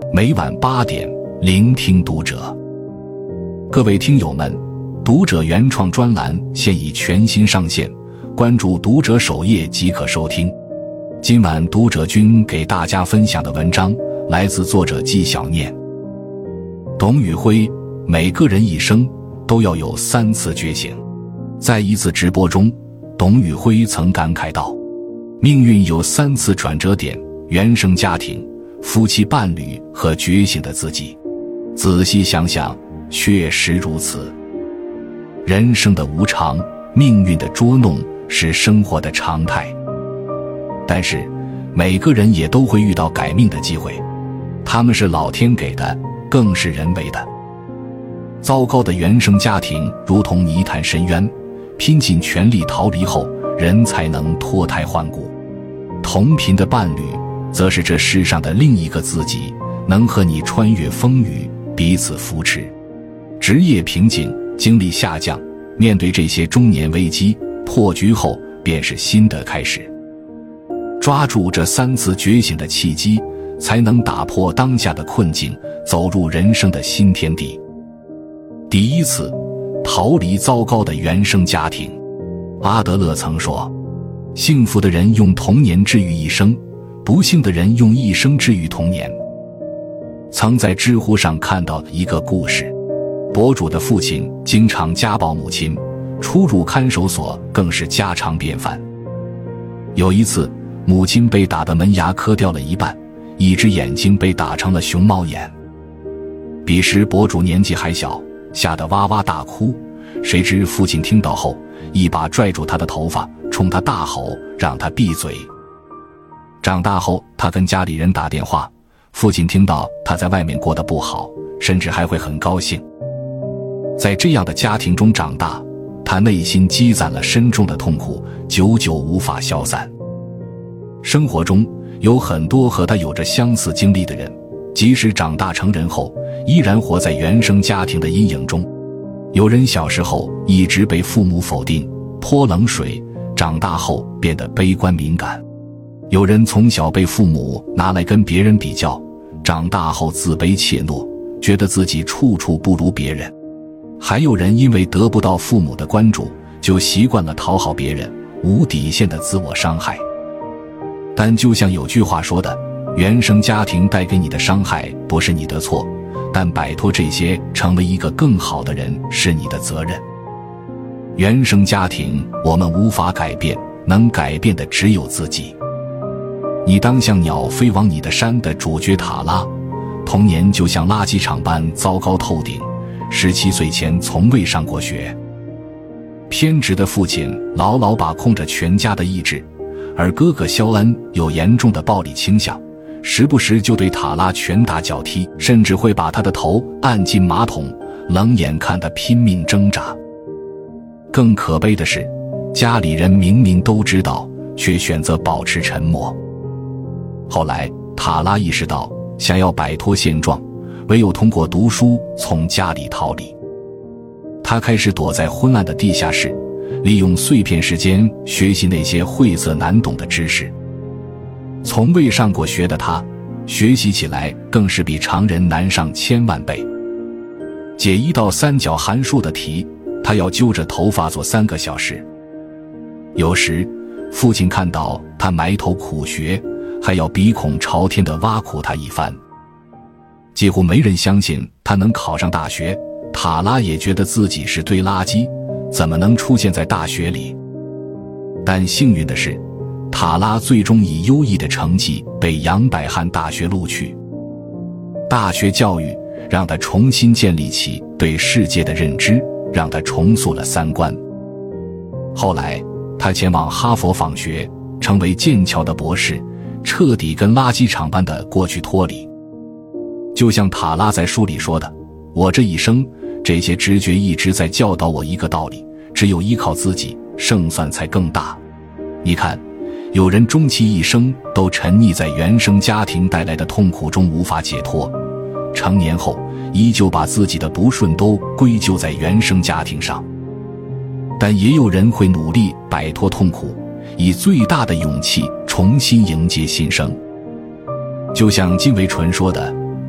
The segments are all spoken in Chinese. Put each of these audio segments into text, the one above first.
每晚8点，聆听读者。各位听友们，读者原创专栏现已全新上线，关注读者首页即可收听。今晚读者君给大家分享的文章来自作者纪晓念。董宇辉，每个人一生都要有3次觉醒。在一次直播中，董宇辉曾感慨道，命运有3次转折点：原生家庭、夫妻伴侣和觉醒的自己。仔细想想，确实如此。人生的无常，命运的捉弄是生活的常态，但是每个人也都会遇到改命的机会，他们是老天给的，更是人为的。糟糕的原生家庭如同泥潭深渊，拼尽全力逃离后，人才能脱胎换骨。同频的伴侣则是这世上的另一个自己，能和你穿越风雨，彼此扶持。职业瓶颈，精力下降，面对这些中年危机，破局后便是新的开始。抓住这3次觉醒的契机，才能打破当下的困境，走入人生的新天地。第1次，逃离糟糕的原生家庭。阿德勒曾说，幸福的人用童年治愈一生，不幸的人用一生治愈童年。曾在知乎上看到一个故事，博主的父亲经常家暴母亲，出入看守所更是家常便饭。有一次，母亲被打得门牙磕掉了一半，一只眼睛被打成了熊猫眼。彼时博主年纪还小，吓得哇哇大哭，谁知父亲听到后，一把拽住他的头发，冲他大吼，让他闭嘴。长大后，他跟家里人打电话，父亲听到他在外面过得不好，甚至还会很高兴。在这样的家庭中长大，他内心积攒了深重的痛苦，久久无法消散。生活中有很多和他有着相似经历的人，即使长大成人后，依然活在原生家庭的阴影中。有人小时候一直被父母否定、泼冷水，长大后变得悲观敏感；有人从小被父母拿来跟别人比较，长大后自卑怯懦，觉得自己处处不如别人；还有人因为得不到父母的关注，就习惯了讨好别人，无底线的自我伤害。但就像有句话说的，原生家庭带给你的伤害不是你的错，但摆脱这些，成为一个更好的人是你的责任。原生家庭我们无法改变，能改变的只有自己。你当像鸟飞往你的山的主角塔拉，童年就像垃圾场般糟糕透顶，17岁前从未上过学。偏执的父亲牢牢把控着全家的意志，而哥哥肖恩有严重的暴力倾向，时不时就对塔拉拳打脚踢，甚至会把他的头按进马桶，冷眼看他拼命挣扎。更可悲的是，家里人明明都知道，却选择保持沉默。后来塔拉意识到，想要摆脱现状，唯有通过读书从家里逃离。他开始躲在昏暗的地下室，利用碎片时间学习那些晦涩难懂的知识。从未上过学的他，学习起来更是比常人难上1000万倍。解一道三角函数的题，他要揪着头发做3个小时。有时父亲看到他埋头苦学，还要鼻孔朝天地挖苦他一番。几乎没人相信他能考上大学，塔拉也觉得自己是堆垃圾，怎么能出现在大学里？但幸运的是，塔拉最终以优异的成绩被杨百翰大学录取。大学教育让他重新建立起对世界的认知，让他重塑了3观。后来他前往哈佛访学，成为剑桥的博士，彻底跟垃圾场般的过去脱离。就像塔拉在书里说的，我这一生，这些直觉一直在教导我一个道理，只有依靠自己，胜算才更大。你看，有人终其一生都沉溺在原生家庭带来的痛苦中无法解脱，成年后依旧把自己的不顺都归咎在原生家庭上。但也有人会努力摆脱痛苦，以最大的勇气重新迎接新生。就像金维纯说的，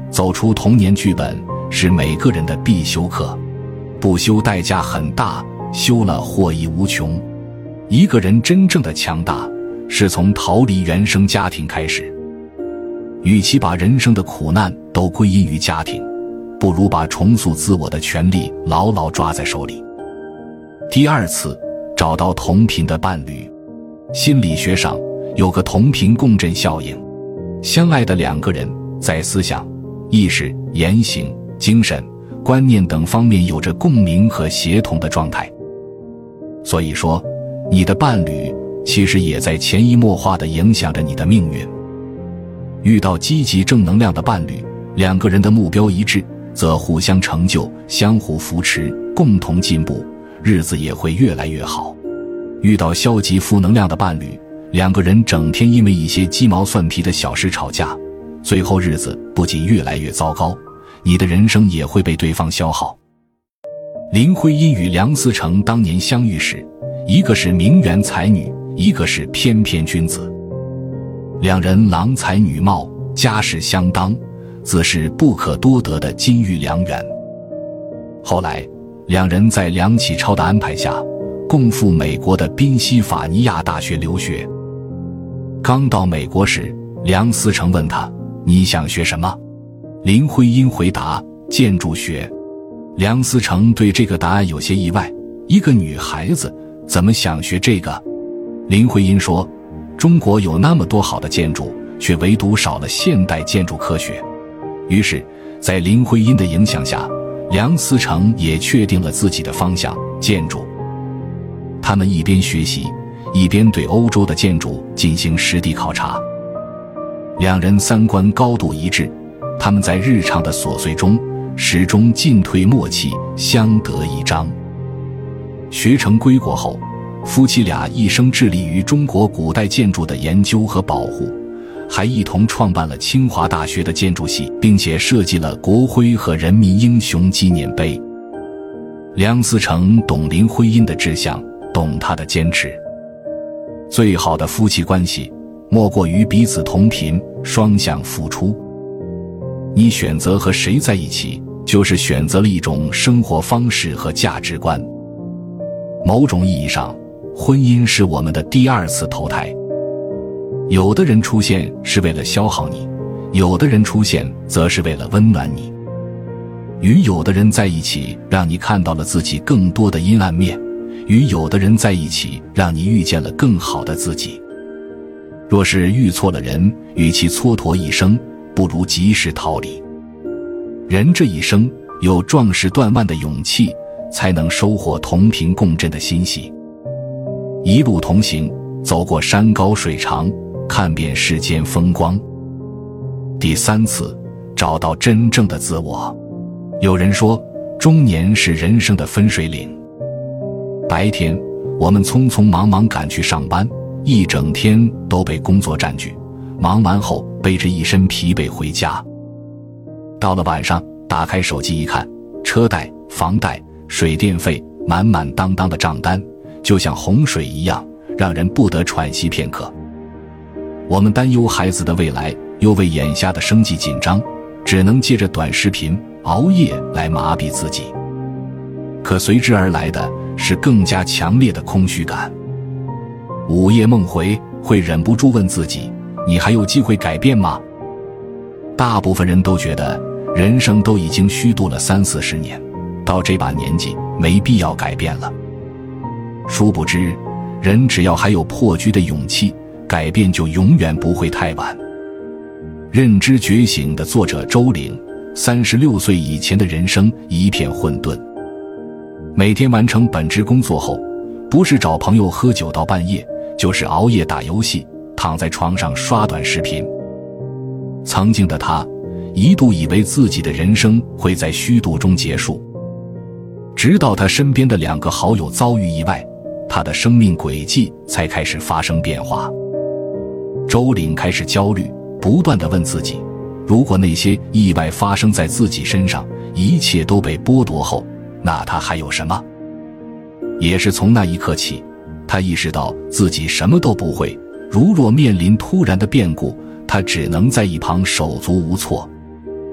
走出童年剧本是每个人的必修课，不修代价很大，修了获益无穷。一个人真正的强大是从逃离原生家庭开始。与其把人生的苦难都归因于家庭，不如把重塑自我的权利牢牢抓在手里。第二次，找到同频的伴侣。心理学上有个同频共振效应，相爱的两个人在思想、意识、言行、精神、观念等方面有着共鸣和协同的状态。所以说，你的伴侣其实也在潜移默化地影响着你的命运。遇到积极正能量的伴侣，两个人的目标一致，则互相成就，相互扶持，共同进步，日子也会越来越好。遇到消极负能量的伴侣，两个人整天因为一些鸡毛蒜皮的小事吵架，最后日子不仅越来越糟糕，你的人生也会被对方消耗。林徽因与梁思成当年相遇时，一个是名媛才女，一个是翩翩君子。两人郎才女貌，家世相当，自是不可多得的金玉良缘。后来，两人在梁启超的安排下，共赴美国的宾夕法尼亚大学留学。刚到美国时，梁思成问他：“你想学什么？”林徽因回答：“建筑学。”梁思成对这个答案有些意外，一个女孩子怎么想学这个？林徽因说：“中国有那么多好的建筑，却唯独少了现代建筑科学。”于是，在林徽因的影响下，梁思成也确定了自己的方向——建筑。他们一边学习，一边对欧洲的建筑进行实地考察。两人三观高度一致，他们在日常的琐碎中始终进退默契，相得益彰。学成归国后，夫妻俩一生致力于中国古代建筑的研究和保护，还一同创办了清华大学的建筑系，并且设计了国徽和人民英雄纪念碑。梁思成懂林徽因的志向，懂她的坚持。最好的夫妻关系，莫过于彼此同频，双向付出。你选择和谁在一起，就是选择了一种生活方式和价值观。某种意义上，婚姻是我们的第二次投胎。有的人出现是为了消耗你，有的人出现则是为了温暖你。与有的人在一起，让你看到了自己更多的阴暗面；与有的人在一起，让你遇见了更好的自己。若是遇错了人，与其蹉跎一生，不如及时逃离。人这一生有壮士断腕的勇气，才能收获同频共振的欣喜。一路同行，走过山高水长，看遍世间风光。第三次，找到真正的自我。有人说，中年是人生的分水岭。白天，我们匆匆忙忙赶去上班，一整天都被工作占据，忙完后背着一身疲惫回家。到了晚上，打开手机一看，车贷、房贷、水电费，满满当当的账单，就像洪水一样，让人不得喘息片刻。我们担忧孩子的未来，又为眼下的生计紧张，只能借着短视频、熬夜来麻痹自己。可随之而来的是更加强烈的空虚感。午夜梦回，会忍不住问自己：你还有机会改变吗？大部分人都觉得人生都已经虚度了30-40年，到这把年纪没必要改变了。殊不知，人只要还有破局的勇气，改变就永远不会太晚。认知觉醒的作者周岭，36岁以前的人生一片混沌。每天完成本职工作后，不是找朋友喝酒到半夜，就是熬夜打游戏，躺在床上刷短视频。曾经的他，一度以为自己的人生会在虚度中结束。直到他身边的2个好友遭遇意外，他的生命轨迹才开始发生变化。周岭开始焦虑，不断地问自己，如果那些意外发生在自己身上，一切都被剥夺后，那他还有什么？也是从那一刻起，他意识到自己什么都不会，如若面临突然的变故，他只能在一旁手足无措。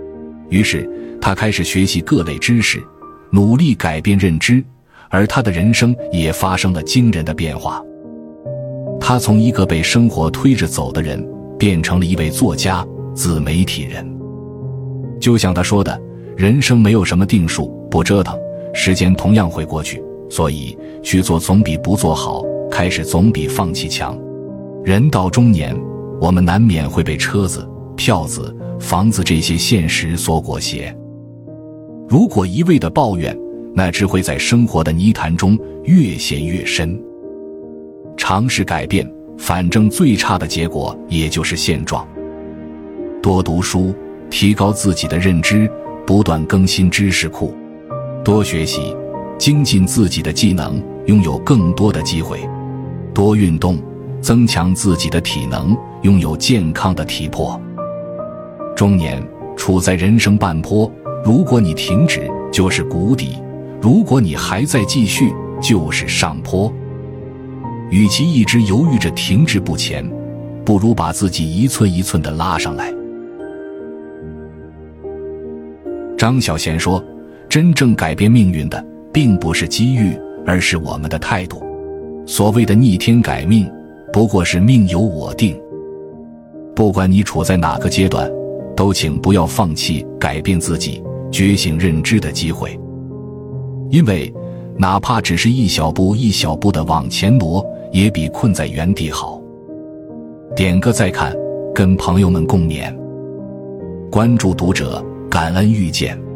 于是他开始学习各类知识，努力改变认知，而他的人生也发生了惊人的变化。他从一个被生活推着走的人，变成了一位作家、自媒体人。就像他说的，人生没有什么定数，不折腾，时间同样会过去，所以去做总比不做好，开始总比放弃强。人到中年，我们难免会被车子、票子、房子这些现实所裹挟。如果一味地抱怨，那只会在生活的泥潭中越陷越深。尝试改变，反正最差的结果也就是现状。多读书，提高自己的认知，不断更新知识库，多学习，精进自己的技能，拥有更多的机会。多运动，增强自己的体能，拥有健康的体魄。中年处在人生半坡，如果你停止，就是谷底；如果你还在继续，就是上坡。与其一直犹豫着停滞不前，不如把自己一寸一寸地拉上来。张小娴说，真正改变命运的并不是机遇，而是我们的态度。所谓的逆天改命，不过是命由我定。不管你处在哪个阶段，都请不要放弃改变自己、觉醒认知的机会。因为哪怕只是一小步一小步地往前挪，也比困在原地好。点个再看，跟朋友们共勉。关注读者，感恩遇见。